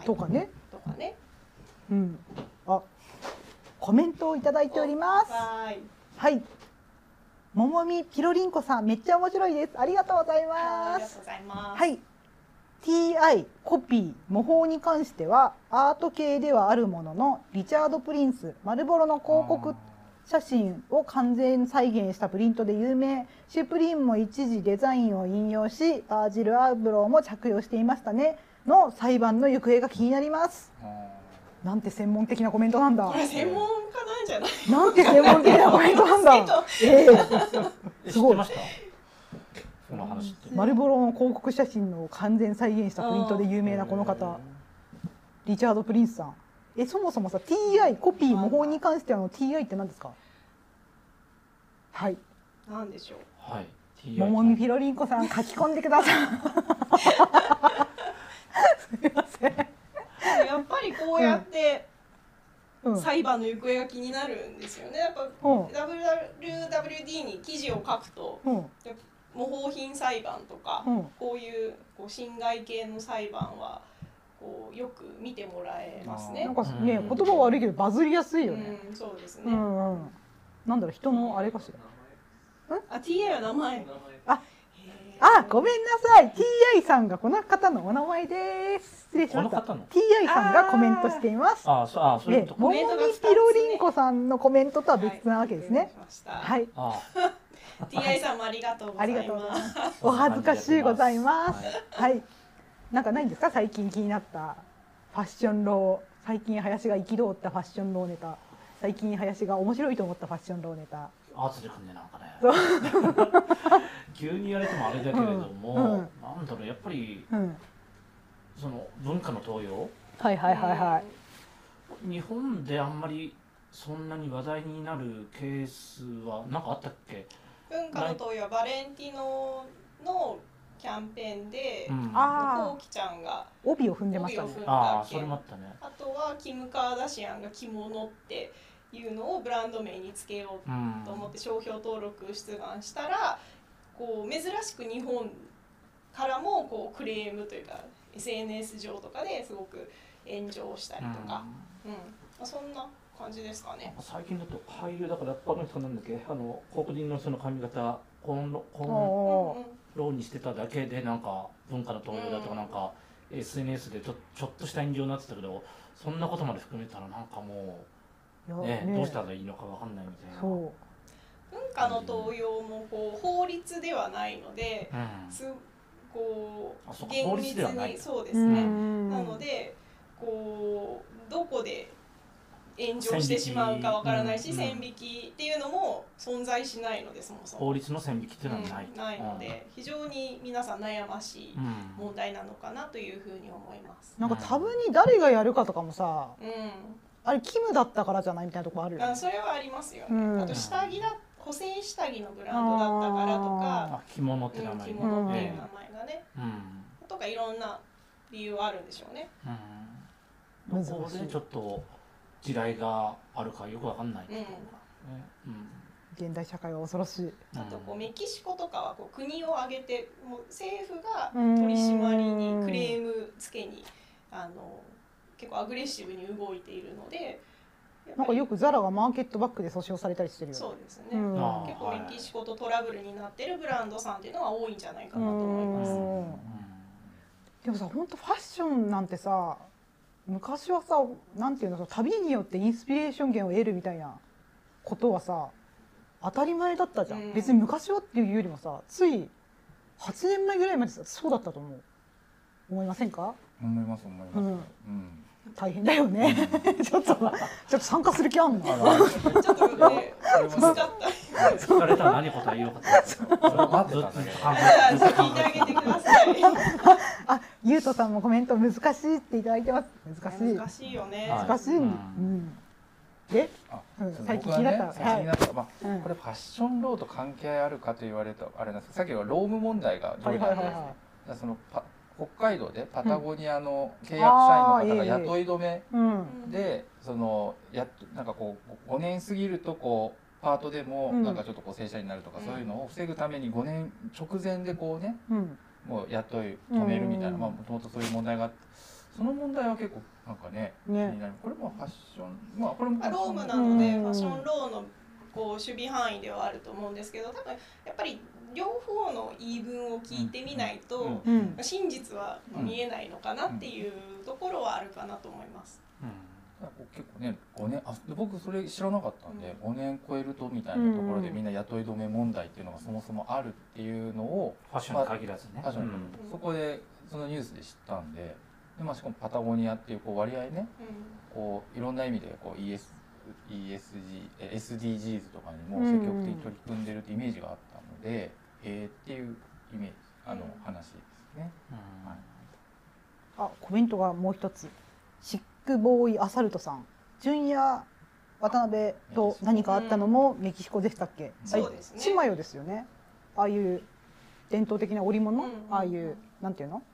とかね。 とかね。 うん。あ、コメントをいただいております。 はい。 はい。ももみピロリンコさん、めっちゃ面白いです。ありがとうございあまりがとうす。 ございます。 はい。ティーアイ コピー模倣に関してはアート系ではあるものの、リチャード・プリンスマルボロの広告写真を完全再現したプリントで有名。シュプリームも一時デザインを引用し、バージル・アブローも着用していましたねの裁判の行方が気になります。なんて専門的なコメントなんだ。 これ専門家なんじゃない？ なんて専門的なコメントなんだ。ええ、すごい。 この話って。 マルボロの広告写真の完全再現したプリントで有名なこの方、リチャード・プリンスさん。え、そもそもさ ティーアイ コピー模倣に関しての ティーアイ って何ですか？はい。 なんでしょう。 はい。 ももみピロリンコさん書き込んでください。すみません。 やっぱりこうやってうん、 裁判の行方が気になるんですよね。やっぱ ダブリューダブリューディー に記事を書くと、うん、模倣品裁判とか、うん、こういうこう侵害系の裁判はこうよく見てもらえますね。 なんかね、言葉悪いけどバズりやすいよね。 うん、そうですね。 うんうん、なんだろう、人のあれかしら。 うん、あ、ティーアイ は名前。 あ、あ、ごめんなさい。ティーアイ さんがこの方のお名前です。失礼しました。ティーアイ さんがコメントしています。 ああ、そう、あ、そういうこと。 ももみピロリンコさんのコメントとは別なわけですね。はい。 ティーアイ さんもありがとうございます。 お恥ずかしいございます。はい。なんかないんですか、最近気になったファッションロー、最近林が憤ったファッションローネタ、最近林が面白いと思ったファッションローネタ。 圧でくんね、なんかね。急に言われてもあれだけれども、うんうん、なんだろう、やっぱり、うん、その文化の盗用、 はいはいはいはい、 日本であんまりそんなに話題になるケースは何かあったっけ？ 文化の盗用はバレンティノのキャンペーンで、うん、 あこうきちゃんが帯を踏んでましたね。 ああ、それもあったね。 あとはキム・カーダシアンが着物っていうのをブランド名につけようと思って商標登録出願したら、こう珍しく日本からもこうクレームというか エスエヌエス 上とかですごく炎上したりとか、うんうん、そんな感じですかね。 最近だと俳優だからラッパーの人なんだっけ、あの黒人の人の髪型コーンローにしてただけでなんか文化の盗用だとかなんか エスエヌエス でちょ、ちょっとした炎上になってたけど、そんなことまで含めたらなんかもうね、ね、どうしたらいいのかわかんないみたいな。 そう文化の盗用もこう法律ではないので、うん、すこう厳密にそうですね。なのでこうどこで炎上してしまうかわからないし、線引きっていうのも存在しないので、そもそも法律の線引きっていうのはない、 うん、ないので、非常に皆さん悩ましい問題なのかなというふうに思います。 なんかタブに誰がやるかとかもさ、 うん、 あれキムだったからじゃないみたいなところあるよね。 あ、それはありますよね。うん、あと下着だ、補正下着のブランドだったからとか、 着物って名前、 着物っていう名前がね、うん、とかいろんな理由はあるんでしょうね。 うん、ここでちょっと地雷があるかよくわかんない、うんね、 うん、現代社会は恐ろしい。 あとこうメキシコとかはこう国を挙げてもう政府が取り締まりにクレームつけにあの結構アグレッシブに動いているので、 なんかよくザラがマーケットバックで訴訟されたりしてるよね。 そうですね、うん、結構メキシコとトラブルになってるブランドさんっていうのは多いんじゃないかなと思います。うんうん、 でもさ、本当ファッションなんてさ、昔はさ、なんていうの、旅によってインスピレーション源を得るみたいなことはさ当たり前だったじゃん、うん、別に昔はっていうよりもさ、ついはちねんまえぐらいまでそうだったと思う。思いませんか？ 思います思います、うんうん、 大変だよね、うん、ちょっとちょっと参加する気あんの？ちょっとね、難かった。 疲れたら何答えようかと。それは待ってたんだけど。 聞いてあげてください。 あ、ゆうとさんもコメント難しいっていただいてます。難しい。 難しいよね。 難しい。うん。で、最近気になった。 最近気になった。まあこれファッションローと関係あるかと言われるとあれなんですけど、さっきはローム問題が上位なんです。その北海道でパタゴニアの契約社員の方が雇い止めで、そのやなんかこうごねん過ぎるとこうパートでもなんかちょっとこう正社員になるとか、そういうのを防ぐためにごねん直前でこうね、もう雇い止めるみたいな、まあもともとそういう問題があって、 その問題は結構なんかね、 ね気になる。これもファッション、まあこれもファッションロームなのでうんファッションローのこう守備範囲ではあると思うんですけど、多分やっぱり両方の言い分を聞いてみないと、 うんうん真実は見えないのかなっていうところはあるかなと思います。 結構ねごねんあ僕それ知らなかったんで、 うんごねん超えるとみたいなところでうんみんな雇い止め問題っていうのがそもそもあるっていうのをファッションに限らずね。 ファッションにうんそこでそのニュースで知ったんで、で、まあ、しかもパタゴニアっていうこう割合ねこういろんな意味でこう イーエス、イーエスジー、エスディージーズ とかにも積極的に取り組んでるってイメージがあったので、へえっていうイメージあのうん話ですね。 うんはいあ、コメントがもう一つ。シックボーイアサルトさん。純也渡辺と何かあったのもメキシコでしたっけ？ うんそうですねチマヨですよね。ああいう伝統的な織物、 うんああいうなんていうの？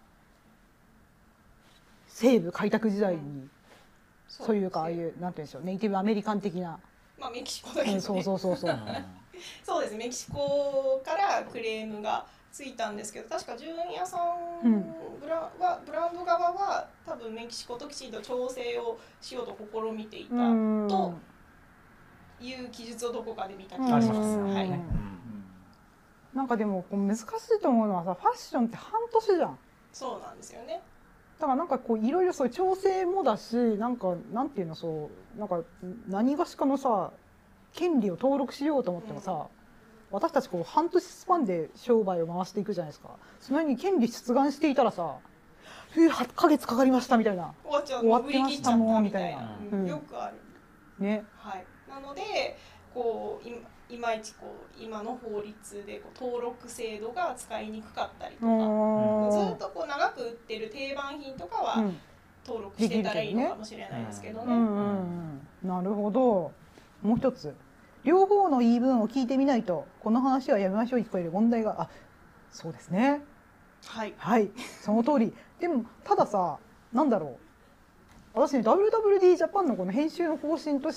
西部開拓時代に、 うんそういうかああいうなんていうんでしょう、ネイティブアメリカン的な、 まあメキシコだけどね、 うん、そうそうそうそう。 そうです。メキシコからクレームがついたんですけど、確か純也さん、 うんブラはブランド側は多分メキシコときちんと調整をしようと試みていたうんという記述をどこかで見た気うんがしま。 ありますすはい。 ね。 なんかでもこう難しいと思うのはさ、ファッションって半年じゃん。 そうなんですよね。 だからなんかこういろいろそういう調整もだし、なんかなんていうの、そうなんか何がしかのさ権利を登録しようと思ってもさ、 うん私たちこう半年スパンで商売を回していくじゃないですか。その辺に権利出願していたらさ、えはちかげつかかりましたみたいな終わっちゃう、 終わっ売てましたり切っちゃったもんみたいな、 みたいうんなよくある。 ね。 はい。なのでこういいまいちこう今の法律でこう登録制度が使いにくかったりとうか。 んずっとこう長く売ってる定番品とかはうん登録してたらいいのかもしれないですけどね。 うんうんうん、なるほど。もう一つ、両方の言い分を聞いてみないとこの話はやめましょうに聞こえる問題が、あ、そうですね。 はい。 はい、その通り。でもたださ、なんだろう。私ね、ダブリューダブリューディー ジャパンのこの編集の方針として、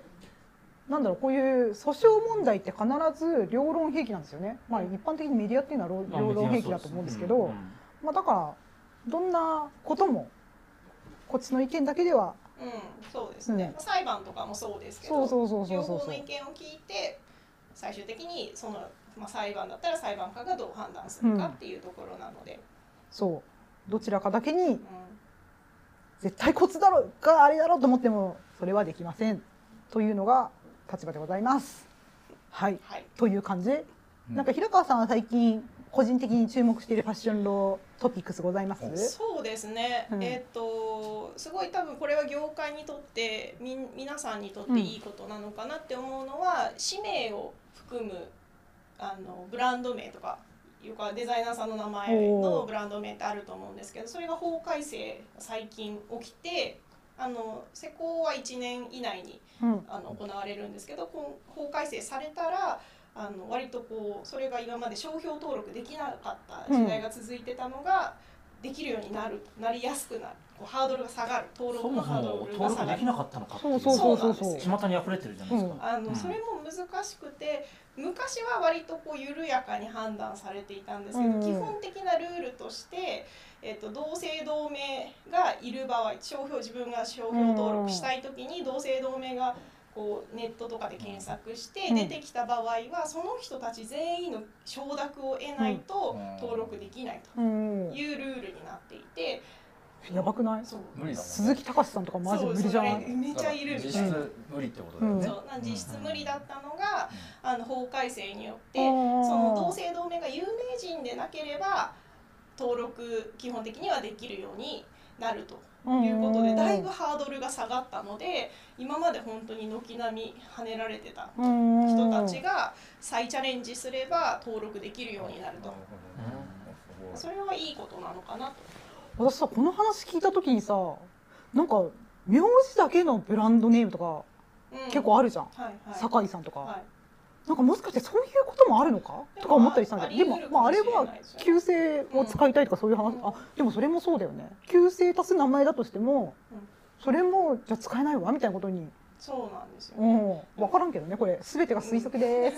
なんだろう、こういう訴訟問題って必ず両論併記なんですよね。まあ一般的にメディアっていうのは両論併記だと思うんですけど、まあだからどんなこともこっちの意見だけでは、 うん、そうですね。 うん裁判とかもそうですけど、 そうそうそうそう両そうそう方の意見を聞いて最終的にそのまあ裁判だったら裁判官がどう判断するかっていうところなので、 そうどちらかだけにうん絶対こっちだろうがあれだろうと思ってもそれはできませんというのが立場でございます。はいはい。 という感じ。 うんなんか平川さんは最近個人的に注目しているファッションロートピックスございます？ そうですね。 うんえっ、とすごい多分これは業界にとってみ皆さんにとっていいことなのかなって思うのは、氏名を含むあのブランド名とかいうかデザイナーさんの名前のブランド名ってあると思うんですけど、それが法改正最近起きて、あの施行はいちねん以内にうんあの行われるんですけど、こう法改正されたらあの割とこうそれが今まで商標登録できなかった時代が続いてたのが、できるようになるなりやすくなる、こうハードルが下がる、登そ録のハーもそもドルが下がる登録でき。なかったのかっていそうそうそうそうそうなんです巷に溢れてるじゃないですか。 あのうんそれも難しくて、昔は割とこう緩やかに判断されていたんですけど、 うん基本的なルールとして、えっと同姓同名がいる場合、商標自分が商標登録したい時に同姓同名がこうネットとかで検索してうん出てきた場合は、その人たち全員の承諾を得ないと登録できないうんというルールになっていて、 やばくない？ そう無理だもんね。 鈴木隆さんとかマジ無理じゃなそうそれい？ めちゃいるみたいな。 実質無理ってことだよね。 そうなん実質無理だったのが、あの法改正によってあーその同姓同名が有名人でなければ登録基本的にはできるようになるということで、だいぶハードルが下がったので、今まで本当に軒並み跳ねられてた人人たちが再チャレンジすれば登録できるようになると、それはいいことなのかなと。 私さ、この話聞いた時にさ、なんか名字だけのブランドネームとかうん結構あるじゃん、 はいはい酒井さんとか、 はいなんかもしかしてそういうこともあるのかとか思ったりしたんだけど、でもあり得るまああれかもしれはないですよね旧姓を使いたいとかそういう話、 うんあでもそれもそうだよね。旧姓足す名前だとしても、 うんそれもじゃあ使えないわみたいなことに、 そうなんですようね。 ん、分からんけどね、これ全てが推測です。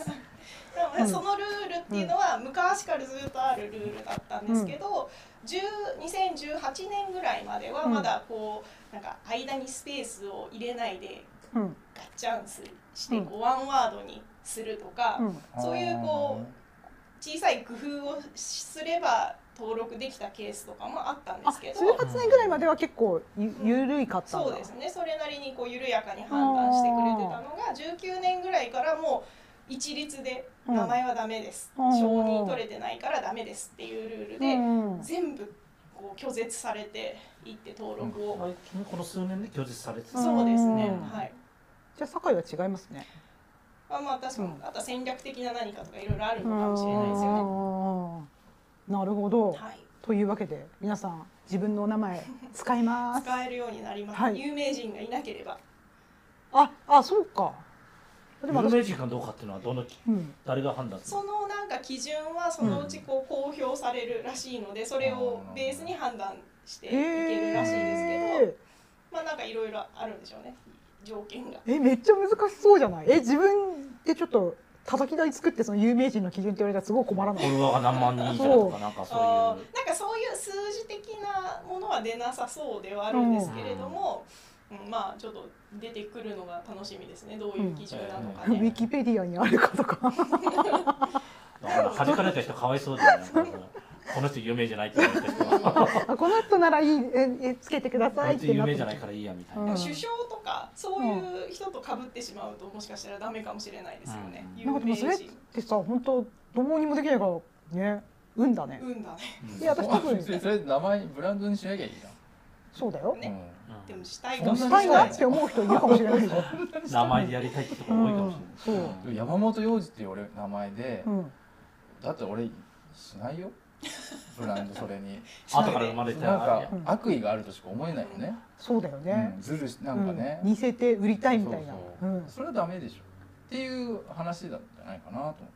なのでそのルールっていうのは昔からずっとあるルールだったんですけど、にせんじゅうはちねんぐらいまではまだこうなんか間にスペースを入れないでガッチャンスしてこうワンワードにするとか、そういうこう小さい工夫をすれば登録できたケースとかもあったんですけど、 じゅうはちねんぐらいまでは結構ゆ緩いかったんだ。 そうですね、それなりにこう緩やかに判断してくれてたのがじゅうきゅうねんぐらいからもう一律で名前はダメです、 うん、 承認取れてないからダメですっていうルールで、うん、全部こう拒絶されていって登録を、 うん、この数年で拒絶されてた。 そうですね、はい。 じゃあ堺は違いますね。 あ、まあ確かに、うん、あとは戦略的な何かとかいろいろあるのかもしれないですよね。 なるほど、 はい、 というわけで皆さん自分のお名前使います使えるようになります、はい、有名人がいなければ。 ああ、そうか。 有名人かどうかっていうのはどの、うん、誰が判断するの？そのなんか基準はそのうちこう公表されるらしいので、それをベースに判断していけるらしいですけど、まあなんかいろいろあるんでしょうね、条件が。 え、めっちゃ難しそうじゃない？え、自分でちょっと叩き台作ってその有名人の基準って言われたらすごい困らない？ フォロワーが何万人以上とかなんかそういうなんかそういう数字的なものは出なさそうではあるんですけれども、うん、まあちょっと出てくるのが楽しみですね。どういう基準なのかね。 うん、ウィキペディアにあるかとか。 弾かれた人かわいそうだよね。この人有名じゃないって言われた人は。 この人ならいいえつけてくださいって有名じゃないからいいやみたいな。 うん、首相とかそういう人と被ってしまうともしかしたらダメかもしれないですよね。 うん、なんかでもそれってさ、本当どうにもできないからね、運だね。 運だね。 いや私多分それ名前ブランドにしなきゃいいじゃん。 そうだよ。 ね。でもしたいかしたいなって思う人いるかもしれない。 名前でやりたいって人が多いかもしれない。 そう。山本洋二っていう俺名前で、だって俺しないよ。ブランドそれに。 後から生まれてなんか悪意があるとしか思えないよね。 そうだよね。 ずるしなんかね。 似せて売りたいみたいな。 それはダメでしょ。っていう話なんじゃないかなと思った。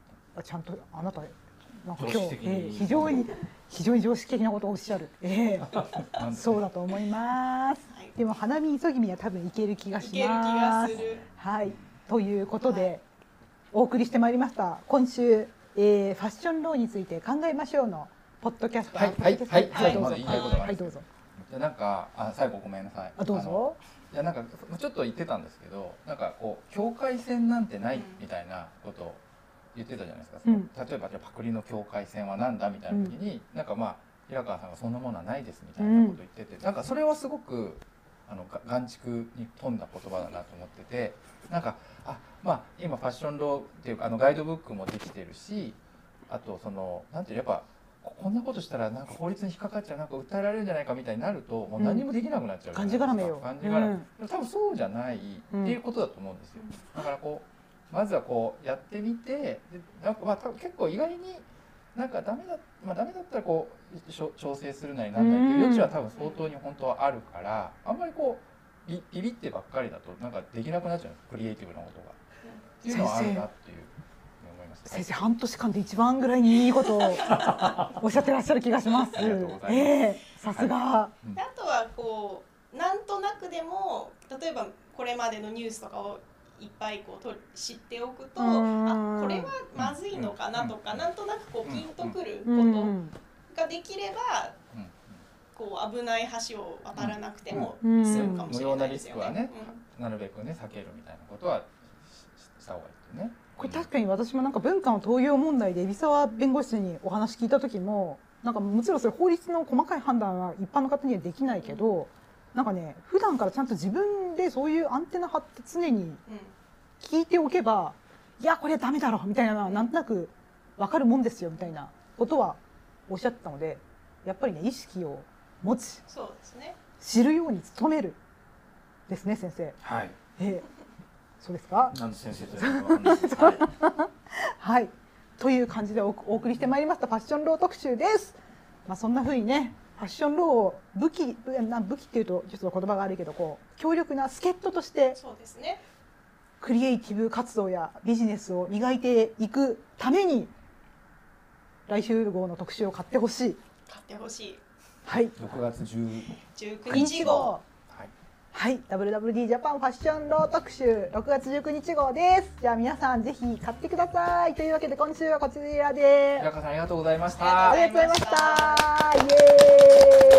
ちゃんとあなたなんか今日、えー、非常に非常に常識的なことをおっしゃる。えー、そうだと思います。はい、でも花見急ぎには多分いける気がします。いける気がする。はい。ということで、はい、お送りしてまいりました今週、えー、ファッションローについて考えましょうのポッドキャスト。 はいはいはいはいどうぞ。 はいどうぞ。 じゃなんかあ最後ごめんなさい。 あどうぞ。 いやなんかちょっと言ってたんですけど、なんかこう境界線なんてないみたいなことを言ってたじゃないですか。うん、例えばじゃパクリの境界線はなんだみたいな時に、うん、なんかまあ平川さんがそんなものはないですみたいなことを言ってて、うん、なんかそれはすごくあの眼蓄に富んだ言葉だなと思ってて、なんかあまあ今ファッションローっていうかあのガイドブックもできてるし、あとそのなんていうやっぱこんなことしたらなんか法律に引っかかっちゃう、なんか訴えられるんじゃないかみたいになるともう何もできなくなっちゃうじゃないですか。 がんじがらめよ。 がんじがらめ。うん、多分そうじゃないっていうことだと思うんですよ。だからこうまずはこうやってみて、でなんかまあ多分結構意外になんかダメだまあダメだったらこう調整するなりなんなりっていう余地は多分相当に本当はあるから、あんまりこうビビビってばっかりだとなんかできなくなっちゃう、クリエイティブなことがっていうのはあるなっていう。 先生半年間で一番ぐらいにいいことをおっしゃってらっしゃる気がします。ええ、さすが。 あとはこうなんとなくでも例えばこれまでのニュースとかをいっぱいこうと知っておくと、あこれはまずいのかなとか、なんとなくこうピンとくることができれば、こう危ない橋を渡らなくても済むかもしれないですよね。 無用なリスクはね、なるべくね避けるみたいなことはした方がいいってね。 これ確かに私もなんか文化の盗用問題で海老沢弁護士にお話聞いた時もなんかもちろんそれ法律の細かい判断は一般の方にはできないけど、なんかね普段からちゃんと自分でそういうアンテナ張って常に聞いておけば、いやこれダメだろみたいななんとなく分かるもんですよみたいなことはおっしゃってたので、やっぱりね意識を持ち、 そうですね、 知るように努めるですね先生。 はい。 えーそうですか。 なんで先生というかわかんないです。はい。 はい。という感じでお送りしてまいりましたファッションロー特集です。まあそんな風にね、ファッションローを武器、な武器っていうとちょっと言葉が悪いけどこう強力な助っ人として、 そうですね。 クリエイティブ活動やビジネスを磨いていくために来週号の特集を買ってほしい。 買ってほしい。 はい。 ろくがつじゅうくにち号。 はい。 はい、ダブリューダブリューディー ジャパンファッションロー特集ろくがつじゅうくにち号です。じゃあ皆さんぜひ買ってください。というわけで今週はこちらで。 平川さんありがとうございました。 ありがとうございました。イエーイ。